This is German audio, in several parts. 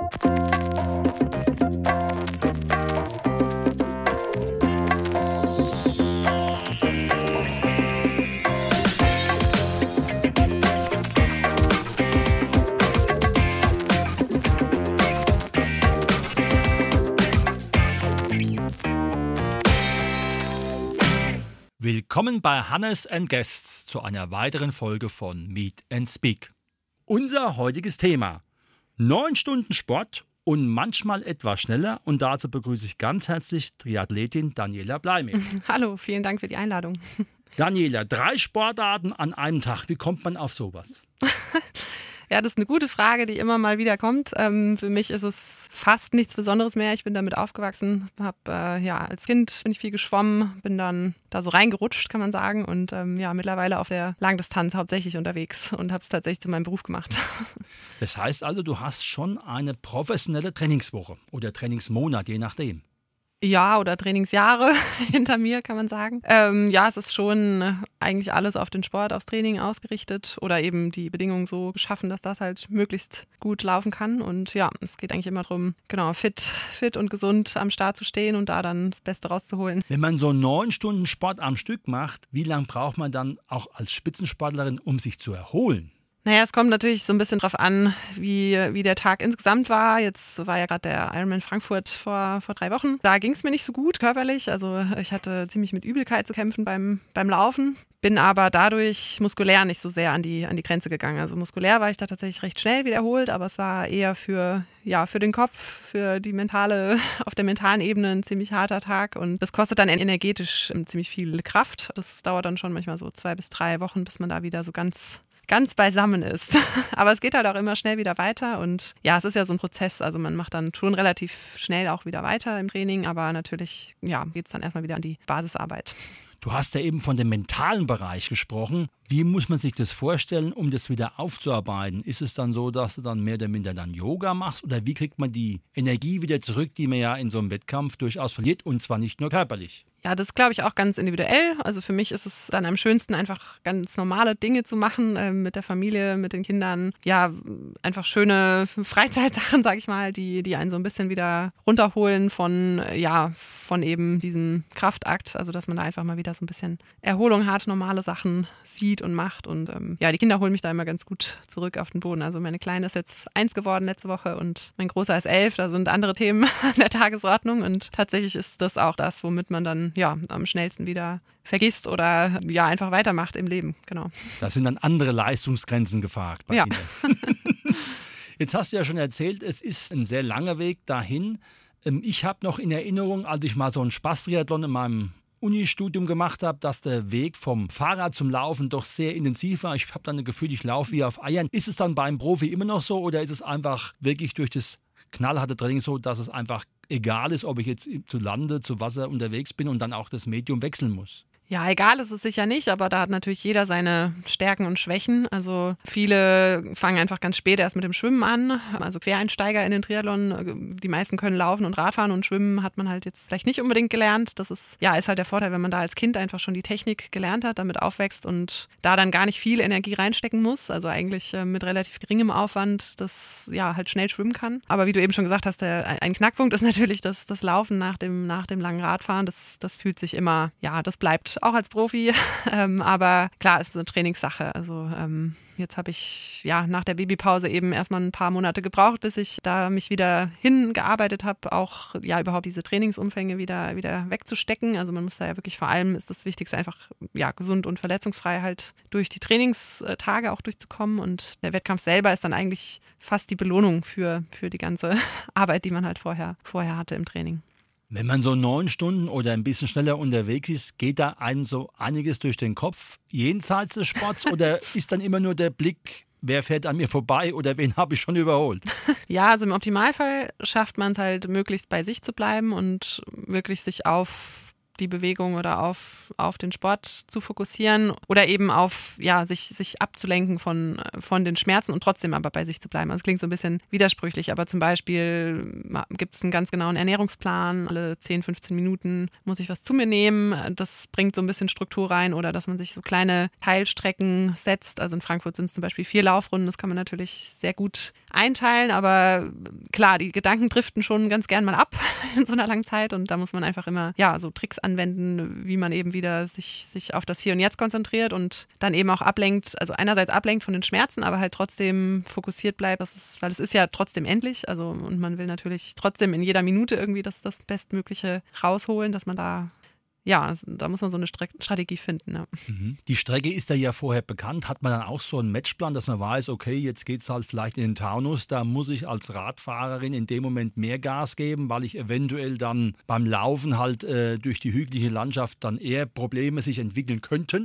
Willkommen bei Hannes & Guests zu einer weiteren Folge von Meet and Speak. Unser heutiges Thema: 9 Stunden Sport und manchmal etwas schneller. Und dazu begrüße ich ganz herzlich Triathletin Daniela Bleimel. Hallo, vielen Dank für die Einladung. Daniela, 3 Sportarten an einem Tag. Wie kommt man auf sowas? Ja, das ist eine gute Frage, die immer mal wieder kommt. Für mich ist es fast nichts Besonderes mehr. Ich bin damit aufgewachsen, als Kind bin ich viel geschwommen, bin dann da so reingerutscht, kann man sagen. Und mittlerweile auf der Langdistanz hauptsächlich unterwegs und habe es tatsächlich zu meinem Beruf gemacht. Das heißt also, du hast schon eine professionelle Trainingswoche oder Trainingsmonat, je nachdem. Ja, oder Trainingsjahre hinter mir, kann man sagen. Es ist schon eigentlich alles auf den Sport, aufs Training ausgerichtet oder eben die Bedingungen so geschaffen, dass das halt möglichst gut laufen kann. Und ja, es geht eigentlich immer darum, genau, fit und gesund am Start zu stehen und da dann das Beste rauszuholen. Wenn man so 9 Stunden Sport am Stück macht, wie lange braucht man dann auch als Spitzensportlerin, um sich zu erholen? Naja, es kommt natürlich so ein bisschen drauf an, wie der Tag insgesamt war. Jetzt war ja gerade der Ironman Frankfurt vor 3 Wochen. Da ging es mir nicht so gut körperlich. Also ich hatte ziemlich mit Übelkeit zu kämpfen beim Laufen. Bin aber dadurch muskulär nicht so sehr an die Grenze gegangen. Also muskulär war ich da tatsächlich recht schnell wieder erholt, aber es war eher für den Kopf, für die auf der mentalen Ebene ein ziemlich harter Tag. Und das kostet dann energetisch ziemlich viel Kraft. Das dauert dann schon manchmal so 2 bis 3 Wochen, bis man da wieder so ganz beisammen ist. Aber es geht halt auch immer schnell wieder weiter und ja, es ist ja so ein Prozess, also man macht dann schon relativ schnell auch wieder weiter im Training, aber natürlich geht es dann erstmal wieder an die Basisarbeit. Du hast ja eben von dem mentalen Bereich gesprochen. Wie muss man sich das vorstellen, um das wieder aufzuarbeiten? Ist es dann so, dass du dann mehr oder minder dann Yoga machst oder wie kriegt man die Energie wieder zurück, die man ja in so einem Wettkampf durchaus verliert und zwar nicht nur körperlich? Ja, das glaube ich auch ganz individuell. Also für mich ist es dann am schönsten, einfach ganz normale Dinge zu machen, mit der Familie, mit den Kindern. Ja, einfach schöne Freizeitsachen, sag ich mal, die einen so ein bisschen wieder runterholen von eben diesem Kraftakt. Also dass man da einfach mal wieder so ein bisschen Erholung hat, normale Sachen sieht und macht. Und die Kinder holen mich da immer ganz gut zurück auf den Boden. Also meine Kleine ist jetzt 1 geworden letzte Woche und mein Großer ist 11. Da sind andere Themen an der Tagesordnung. Und tatsächlich ist das auch das, womit man dann am schnellsten wieder vergisst oder einfach weitermacht im Leben, genau. Da sind dann andere Leistungsgrenzen gefragt bei Kindern. Jetzt hast du ja schon erzählt, es ist ein sehr langer Weg dahin. Ich habe noch in Erinnerung, als ich mal so einen Spaß-Triathlon in meinem Unistudium gemacht habe, dass der Weg vom Fahrrad zum Laufen doch sehr intensiv war. Ich habe dann das Gefühl, ich laufe wie auf Eiern. Ist es dann beim Profi immer noch so oder ist es einfach wirklich durch das knallharte Training so, dass es einfach egal ist, ob ich jetzt zu Lande, zu Wasser unterwegs bin und dann auch das Medium wechseln muss? Ja, egal ist es sicher nicht, aber da hat natürlich jeder seine Stärken und Schwächen. Also viele fangen einfach ganz spät erst mit dem Schwimmen an. Also Quereinsteiger in den Triathlon, die meisten können laufen und Radfahren und Schwimmen hat man halt jetzt vielleicht nicht unbedingt gelernt. Das ist halt der Vorteil, wenn man da als Kind einfach schon die Technik gelernt hat, damit aufwächst und da dann gar nicht viel Energie reinstecken muss. Also eigentlich mit relativ geringem Aufwand das halt schnell schwimmen kann. Aber wie du eben schon gesagt hast, ein Knackpunkt ist natürlich das Laufen nach dem langen Radfahren. Das fühlt sich immer, das bleibt auch als Profi, aber klar, ist eine Trainingssache. Also jetzt habe ich nach der Babypause eben erstmal ein paar Monate gebraucht, bis ich da mich wieder hingearbeitet habe, auch überhaupt diese Trainingsumfänge wieder wegzustecken. Also man muss da ja wirklich, vor allem ist das Wichtigste einfach gesund und verletzungsfrei halt durch die Trainingstage auch durchzukommen und der Wettkampf selber ist dann eigentlich fast die Belohnung für die ganze Arbeit, die man halt vorher hatte im Training. Wenn man so 9 Stunden oder ein bisschen schneller unterwegs ist, geht da einem so einiges durch den Kopf jenseits des Sports oder ist dann immer nur der Blick, wer fährt an mir vorbei oder wen habe ich schon überholt? Ja, also im Optimalfall schafft man es halt möglichst bei sich zu bleiben und wirklich sich auf die Bewegung oder auf den Sport zu fokussieren oder eben auf sich abzulenken von den Schmerzen und trotzdem aber bei sich zu bleiben. Also es klingt so ein bisschen widersprüchlich, aber zum Beispiel gibt es einen ganz genauen Ernährungsplan. Alle 10, 15 Minuten muss ich was zu mir nehmen. Das bringt so ein bisschen Struktur rein oder dass man sich so kleine Teilstrecken setzt. Also in Frankfurt sind es zum Beispiel 4 Laufrunden. Das kann man natürlich sehr gut einteilen, aber klar, die Gedanken driften schon ganz gern mal ab in so einer langen Zeit und da muss man einfach immer so Tricks anwenden, wie man eben wieder sich auf das Hier und Jetzt konzentriert und dann eben auch ablenkt, also einerseits ablenkt von den Schmerzen, aber halt trotzdem fokussiert bleibt, weil es ist ja trotzdem endlich, also und man will natürlich trotzdem in jeder Minute irgendwie das Bestmögliche rausholen, dass man da muss man so eine Strategie finden. Ja. Die Strecke ist ja vorher bekannt. Hat man dann auch so einen Matchplan, dass man weiß, okay, jetzt geht es halt vielleicht in den Taunus, da muss ich als Radfahrerin in dem Moment mehr Gas geben, weil ich eventuell dann beim Laufen halt durch die hügelige Landschaft dann eher Probleme sich entwickeln könnten?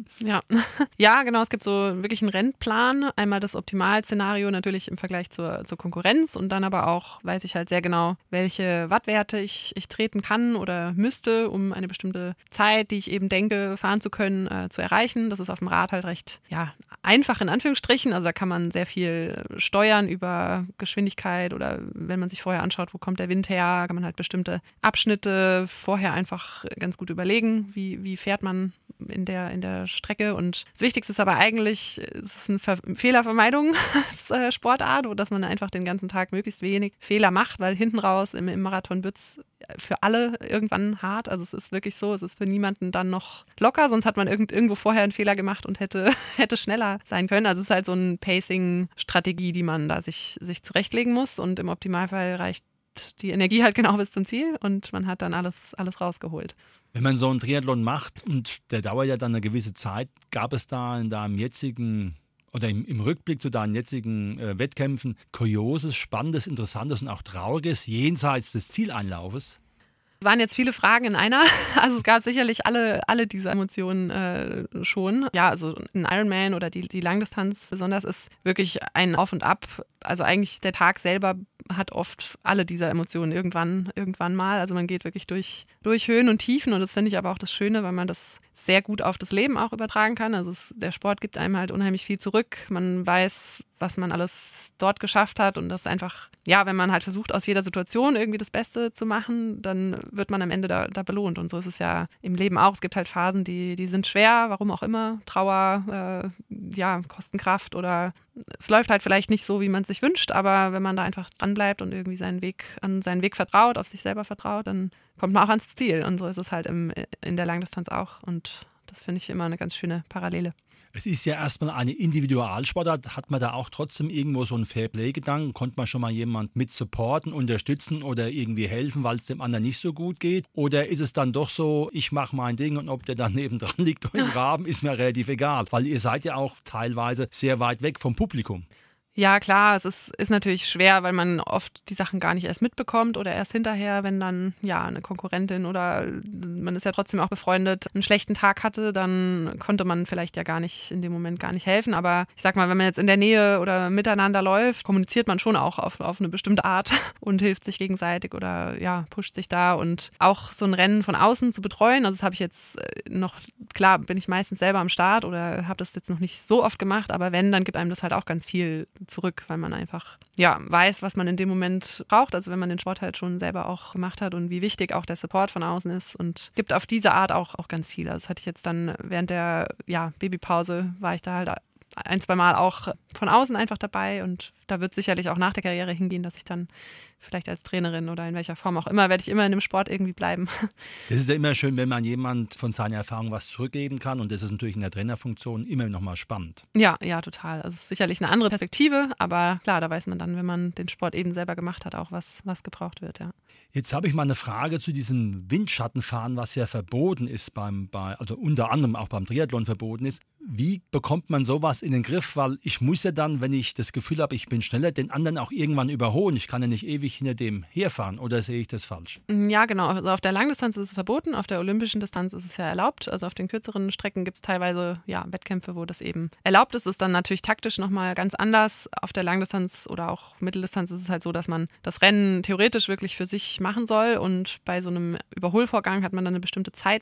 Ja, genau. Es gibt so wirklich einen Rennplan. Einmal das Optimalszenario natürlich im Vergleich zur Konkurrenz und dann aber auch weiß ich halt sehr genau, welche Wattwerte ich treten kann oder müsste, um eine bestimmte Zeit, die ich eben denke, fahren zu können, zu erreichen. Das ist auf dem Rad halt recht einfach in Anführungsstrichen. Also da kann man sehr viel steuern über Geschwindigkeit oder wenn man sich vorher anschaut, wo kommt der Wind her, kann man halt bestimmte Abschnitte vorher einfach ganz gut überlegen, wie fährt man in der Strecke. Und das Wichtigste ist aber eigentlich, es ist eine Fehlervermeidung als Sportart, dass man einfach den ganzen Tag möglichst wenig Fehler macht, weil hinten raus im Marathon wird es für alle irgendwann hart. Also es ist wirklich so, es ist für niemanden dann noch locker, sonst hat man irgendwo vorher einen Fehler gemacht und hätte schneller sein können. Also es ist halt so eine Pacing-Strategie, die man da sich zurechtlegen muss und im Optimalfall reicht die Energie halt genau bis zum Ziel und man hat dann alles rausgeholt. Wenn man so einen Triathlon macht und der dauert ja dann eine gewisse Zeit, gab es da in deinem jetzigen oder im Rückblick zu deinen jetzigen Wettkämpfen Kurioses, Spannendes, Interessantes und auch Trauriges jenseits des Zieleinlaufes? Es waren jetzt viele Fragen in einer. Also es gab sicherlich alle diese Emotionen schon. Ja, also ein Ironman oder die Langdistanz besonders ist wirklich ein Auf und Ab. Also eigentlich der Tag selber hat oft alle dieser Emotionen irgendwann mal. Also man geht wirklich durch Höhen und Tiefen und das finde ich aber auch das Schöne, weil man das sehr gut auf das Leben auch übertragen kann. Also der Sport gibt einem halt unheimlich viel zurück. Man weiß, was man alles dort geschafft hat und das einfach, wenn man halt versucht, aus jeder Situation irgendwie das Beste zu machen, dann wird man am Ende da belohnt. Und so ist es ja im Leben auch. Es gibt halt Phasen, die sind schwer, warum auch immer. Trauer, kosten Kraft oder es läuft halt vielleicht nicht so, wie man es sich wünscht, aber wenn man da einfach dranbleibt und irgendwie seinen Weg vertraut, auf sich selber vertraut, dann kommt man auch ans Ziel. Und so ist es halt in der Langdistanz auch. Und das finde ich immer eine ganz schöne Parallele. Es ist ja erstmal eine Individualsportart. Hat man da auch trotzdem irgendwo so einen Fairplay-Gedanken? Konnte man schon mal jemand mit supporten, unterstützen oder irgendwie helfen, weil es dem anderen nicht so gut geht? Oder ist es dann doch so, ich mache mein Ding und ob der da nebendran liegt oder im Graben, ist mir relativ egal? Weil ihr seid ja auch teilweise sehr weit weg vom Publikum. Ja, klar, es ist natürlich schwer, weil man oft die Sachen gar nicht erst mitbekommt oder erst hinterher, wenn dann eine Konkurrentin oder man ist ja trotzdem auch befreundet, einen schlechten Tag hatte, dann konnte man vielleicht in dem Moment gar nicht helfen. Aber ich sag mal, wenn man jetzt in der Nähe oder miteinander läuft, kommuniziert man schon auch auf eine bestimmte Art und hilft sich gegenseitig oder pusht sich da und auch so ein Rennen von außen zu betreuen. Also das habe ich jetzt noch, klar, bin ich meistens selber am Start oder habe das jetzt noch nicht so oft gemacht, aber wenn, dann gibt einem das halt auch ganz viel zurück, weil man einfach weiß, was man in dem Moment braucht. Also wenn man den Sport halt schon selber auch gemacht hat und wie wichtig auch der Support von außen ist und gibt auf diese Art auch ganz viel. Also das hatte ich jetzt dann während der Babypause, war ich da halt ein, zwei Mal auch von außen einfach dabei und da wird sicherlich auch nach der Karriere hingehen, dass ich dann vielleicht als Trainerin oder in welcher Form auch immer, werde ich immer in dem Sport irgendwie bleiben. Das ist ja immer schön, wenn man jemand von seiner Erfahrung was zurückgeben kann und das ist natürlich in der Trainerfunktion immer nochmal spannend. Ja, total. Also es ist sicherlich eine andere Perspektive, aber klar, da weiß man dann, wenn man den Sport eben selber gemacht hat, auch was gebraucht wird, ja. Jetzt habe ich mal eine Frage zu diesem Windschattenfahren, was ja verboten ist, also unter anderem auch beim Triathlon verboten ist. Wie bekommt man sowas in den Griff? Weil ich muss ja dann, wenn ich das Gefühl habe, ich bin schneller, den anderen auch irgendwann überholen. Ich kann ja nicht ewig hinter dem herfahren, oder sehe ich das falsch? Ja, genau. Also auf der Langdistanz ist es verboten, auf der olympischen Distanz ist es ja erlaubt. Also auf den kürzeren Strecken gibt es teilweise Wettkämpfe, wo das eben erlaubt ist. Ist dann natürlich taktisch nochmal ganz anders. Auf der Langdistanz oder auch Mitteldistanz ist es halt so, dass man das Rennen theoretisch wirklich für sich machen soll und bei so einem Überholvorgang hat man dann eine bestimmte Zeit. Also ich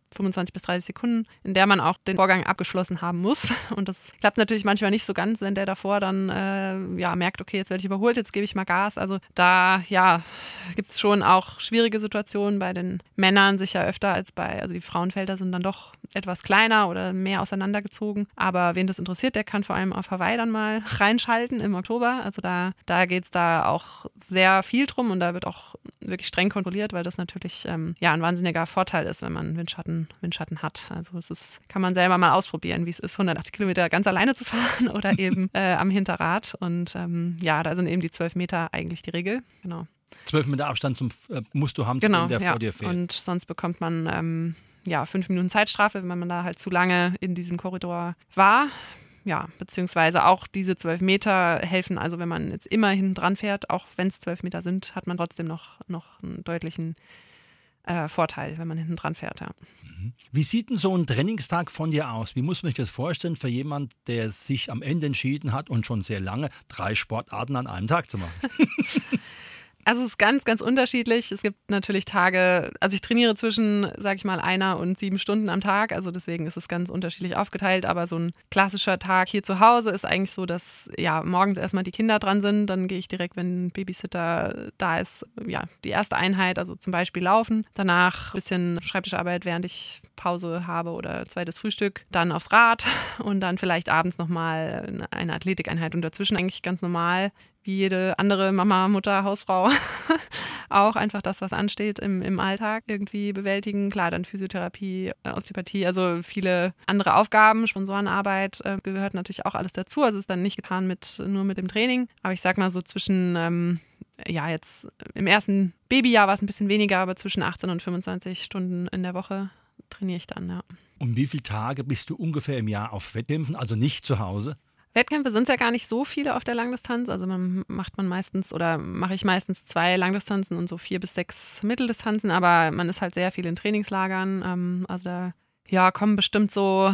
25 bis 30 Sekunden, in der man auch den Vorgang abgeschlossen haben muss. Und das klappt natürlich manchmal nicht so ganz, wenn der davor dann merkt, okay, jetzt werde ich überholt, jetzt gebe ich mal Gas. Also da gibt es schon auch schwierige Situationen bei den Männern, sicher öfter als also die Frauenfelder sind dann doch etwas kleiner oder mehr auseinandergezogen. Aber wen das interessiert, der kann vor allem auf Hawaii dann mal reinschalten im Oktober. Also da geht es da auch sehr viel drum und da wird auch wirklich streng kontrolliert, weil das natürlich ein wahnsinniger Vorteil ist, wenn man Windschatten hat. Also kann man selber mal ausprobieren, wie es ist, 180 Kilometer ganz alleine zu fahren oder eben am Hinterrad. Und da sind eben die 12 Meter eigentlich die Regel. Genau. 12 Meter Abstand musst du haben, genau, der vor dir fährt. Und sonst bekommt man 5 Minuten Zeitstrafe, wenn man da halt zu lange in diesem Korridor war. Ja, beziehungsweise auch diese 12 Meter helfen, also wenn man jetzt immer hinten dran fährt, auch wenn es 12 Meter sind, hat man trotzdem noch einen deutlichen Vorteil, wenn man hinten dran fährt. Ja. Wie sieht denn so ein Trainingstag von dir aus? Wie muss man sich das vorstellen für jemanden, der sich am Ende entschieden hat und schon sehr lange 3 Sportarten an einem Tag zu machen? Also es ist ganz, ganz unterschiedlich. Es gibt natürlich Tage, also ich trainiere zwischen, sage ich mal, 1 und 7 Stunden am Tag. Also deswegen ist es ganz unterschiedlich aufgeteilt. Aber so ein klassischer Tag hier zu Hause ist eigentlich so, dass morgens erstmal die Kinder dran sind. Dann gehe ich direkt, wenn ein Babysitter da ist, die erste Einheit, also zum Beispiel laufen. Danach ein bisschen Schreibtischarbeit, während ich Pause habe oder zweites Frühstück. Dann aufs Rad und dann vielleicht abends nochmal eine Athletikeinheit. Und dazwischen eigentlich ganz normal, wie jede andere Mama, Mutter, Hausfrau auch einfach das, was ansteht im Alltag irgendwie bewältigen. Klar, dann Physiotherapie, Osteopathie, also viele andere Aufgaben, Sponsorenarbeit gehört natürlich auch alles dazu. Also es ist dann nicht getan nur mit dem Training. Aber ich sag mal so zwischen, jetzt im ersten Babyjahr war es ein bisschen weniger, aber zwischen 18 und 25 Stunden in der Woche trainiere ich dann, ja. Und wie viele Tage bist du ungefähr im Jahr auf Wettkämpfen, also nicht zu Hause? Wettkämpfe sind es ja gar nicht so viele auf der Langdistanz. Also mache ich meistens 2 Langdistanzen und so 4 bis 6 Mitteldistanzen, aber man ist halt sehr viel in Trainingslagern. Also da kommen bestimmt so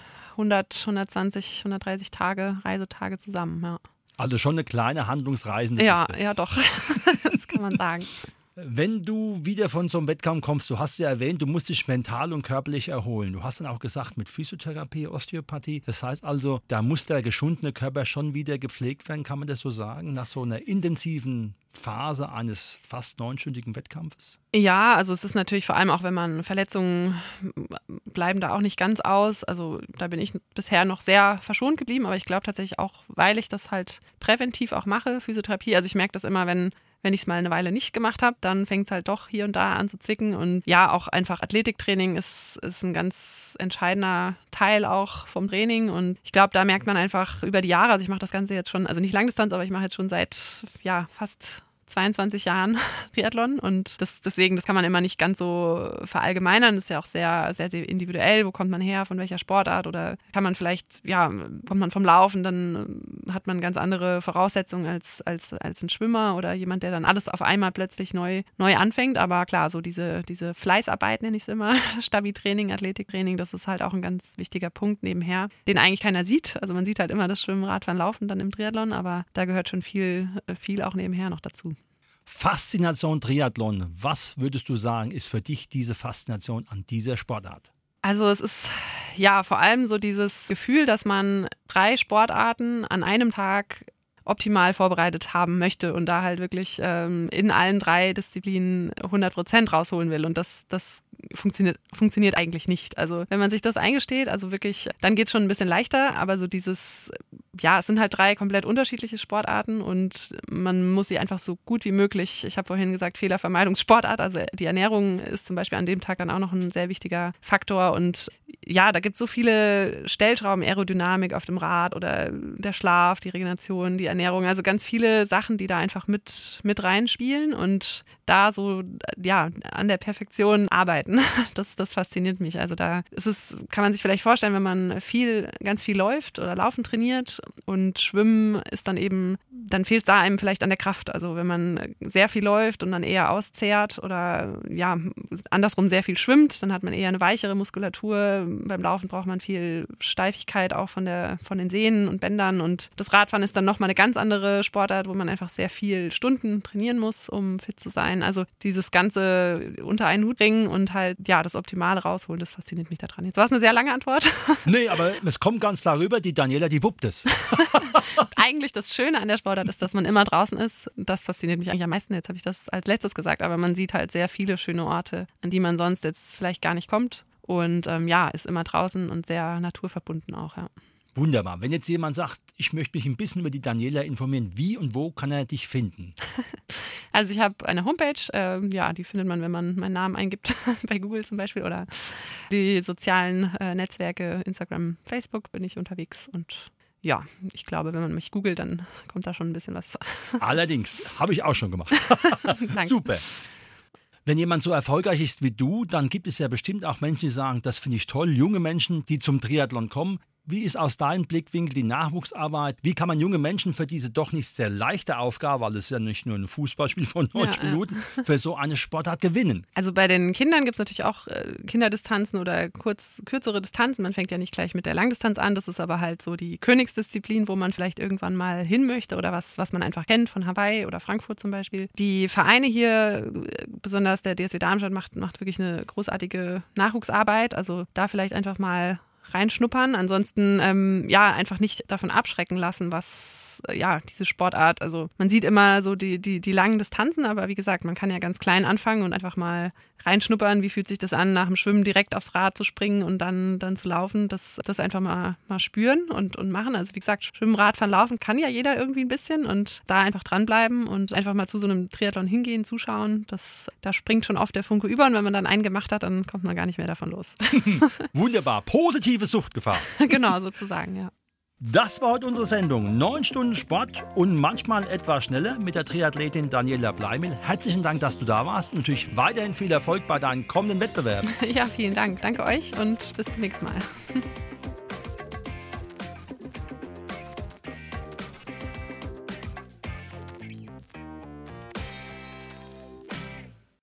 100, 120, 130 Reisetage zusammen. Ja. Also schon eine kleine handlungsreisende Liste. Ja, doch. Das kann man sagen. Wenn du wieder von so einem Wettkampf kommst, du hast ja erwähnt, du musst dich mental und körperlich erholen. Du hast dann auch gesagt, mit Physiotherapie, Osteopathie. Das heißt also, da muss der geschundene Körper schon wieder gepflegt werden, kann man das so sagen, nach so einer intensiven Phase eines fast 9-stündigen Wettkampfes? Ja, also es ist natürlich vor allem auch, wenn man Verletzungen bleiben da auch nicht ganz aus. Also da bin ich bisher noch sehr verschont geblieben, aber ich glaube tatsächlich auch, weil ich das halt präventiv auch mache, Physiotherapie. Also ich merke das immer, wenn ich es mal eine Weile nicht gemacht habe, dann fängt es halt doch hier und da an zu zwicken. Und ja, auch einfach Athletiktraining ist ein ganz entscheidender Teil auch vom Training. Und ich glaube, da merkt man einfach über die Jahre, also ich mache das Ganze jetzt schon, also nicht Langdistanz, aber ich mache jetzt schon seit fast 22 Jahren Triathlon und deswegen, das kann man immer nicht ganz so verallgemeinern. Das ist ja auch sehr, sehr, sehr individuell. Wo kommt man her, von welcher Sportart oder kann man vielleicht, kommt man vom Laufen, dann hat man ganz andere Voraussetzungen als ein Schwimmer oder jemand, der dann alles auf einmal plötzlich neu anfängt. Aber klar, so diese Fleißarbeit nenne ich es immer, Stabi-Training, Athletiktraining, das ist halt auch ein ganz wichtiger Punkt nebenher, den eigentlich keiner sieht. Also man sieht halt immer das Schwimmen, Radfahren, Laufen dann im Triathlon, aber da gehört schon viel auch nebenher noch dazu. Faszination Triathlon. Was würdest du sagen, ist für dich diese Faszination an dieser Sportart? Also es ist vor allem so dieses Gefühl, dass man 3 Sportarten an einem Tag optimal vorbereitet haben möchte und da halt wirklich in allen 3 Disziplinen 100% rausholen will. Und das funktioniert eigentlich nicht. Also wenn man sich das eingesteht, also wirklich, dann geht es schon ein bisschen leichter, aber so dieses, es sind halt 3 komplett unterschiedliche Sportarten und man muss sie einfach so gut wie möglich, ich habe vorhin gesagt, Fehlervermeidungssportart, also die Ernährung ist zum Beispiel an dem Tag dann auch noch ein sehr wichtiger Faktor und da gibt es so viele Stellschrauben, Aerodynamik auf dem Rad oder der Schlaf, die Regeneration, die Ernährung, also ganz viele Sachen, die da einfach mit reinspielen und da so, an der Perfektion arbeiten. Das fasziniert mich. Also da kann man sich vielleicht vorstellen, wenn man ganz viel läuft oder Laufen trainiert und Schwimmen ist dann eben, dann fehlt es da einem vielleicht an der Kraft. Also wenn man sehr viel läuft und dann eher auszehrt oder ja, andersrum sehr viel schwimmt, dann hat man eher eine weichere Muskulatur. Beim Laufen braucht man viel Steifigkeit auch von den Sehnen und Bändern und das Radfahren ist dann nochmal eine ganz andere Sportart, wo man einfach sehr viel Stunden trainieren muss, um fit zu sein. Also dieses Ganze unter einen Hut bringen und halt ja das Optimale rausholen, das fasziniert mich daran. Jetzt war es eine sehr lange Antwort. Nee, aber es kommt ganz klar rüber, die Daniela, die wuppt es. Eigentlich das Schöne an der Sportart ist, dass man immer draußen ist. Das fasziniert mich eigentlich am meisten. Jetzt habe ich das als letztes gesagt, aber man sieht halt sehr viele schöne Orte, an die man sonst jetzt vielleicht gar nicht kommt. Und ist immer draußen und sehr naturverbunden auch, ja. Wunderbar. Wenn jetzt jemand sagt, ich möchte mich ein bisschen über die Daniela informieren, wie und wo kann er dich finden? Also ich habe eine Homepage, die findet man, wenn man meinen Namen eingibt, bei Google zum Beispiel oder die sozialen Netzwerke, Instagram, Facebook bin ich unterwegs und ja, ich glaube, wenn man mich googelt, dann kommt da schon ein bisschen was. Allerdings, habe ich auch schon gemacht. Danke. Super. Wenn jemand so erfolgreich ist wie du, dann gibt es ja bestimmt auch Menschen, die sagen, das finde ich toll, junge Menschen, die zum Triathlon kommen. Wie ist aus deinem Blickwinkel die Nachwuchsarbeit? Wie kann man junge Menschen für diese doch nicht sehr leichte Aufgabe, weil es ja nicht nur ein Fußballspiel von 90 Minuten, für so eine Sportart gewinnen? Also bei den Kindern gibt es natürlich auch Kinderdistanzen oder kürzere Distanzen. Man fängt ja nicht gleich mit der Langdistanz an. Das ist aber halt so die Königsdisziplin, wo man vielleicht irgendwann mal hin möchte oder was man einfach kennt von Hawaii oder Frankfurt zum Beispiel. Die Vereine hier, besonders der DSW Darmstadt, macht wirklich eine großartige Nachwuchsarbeit. Also da vielleicht einfach mal reinschnuppern. Ansonsten einfach nicht davon abschrecken lassen, was diese Sportart, also man sieht immer so die langen Distanzen, aber wie gesagt, man kann ja ganz klein anfangen und einfach mal reinschnuppern, wie fühlt sich das an, nach dem Schwimmen direkt aufs Rad zu springen und dann zu laufen, das einfach mal spüren und machen. Also wie gesagt, Schwimmen, Radfahren, Laufen kann ja jeder irgendwie ein bisschen und da einfach dranbleiben und einfach mal zu so einem Triathlon hingehen, zuschauen, da springt schon oft der Funke über und wenn man dann einen gemacht hat, dann kommt man gar nicht mehr davon los. Wunderbar, positive Suchtgefahr. Genau, sozusagen, ja. Das war heute unsere Sendung. 9 Stunden Sport und manchmal etwas schneller mit der Triathletin Daniela Bleimel. Herzlichen Dank, dass du da warst und natürlich weiterhin viel Erfolg bei deinen kommenden Wettbewerben. Ja, vielen Dank. Danke euch und bis zum nächsten Mal.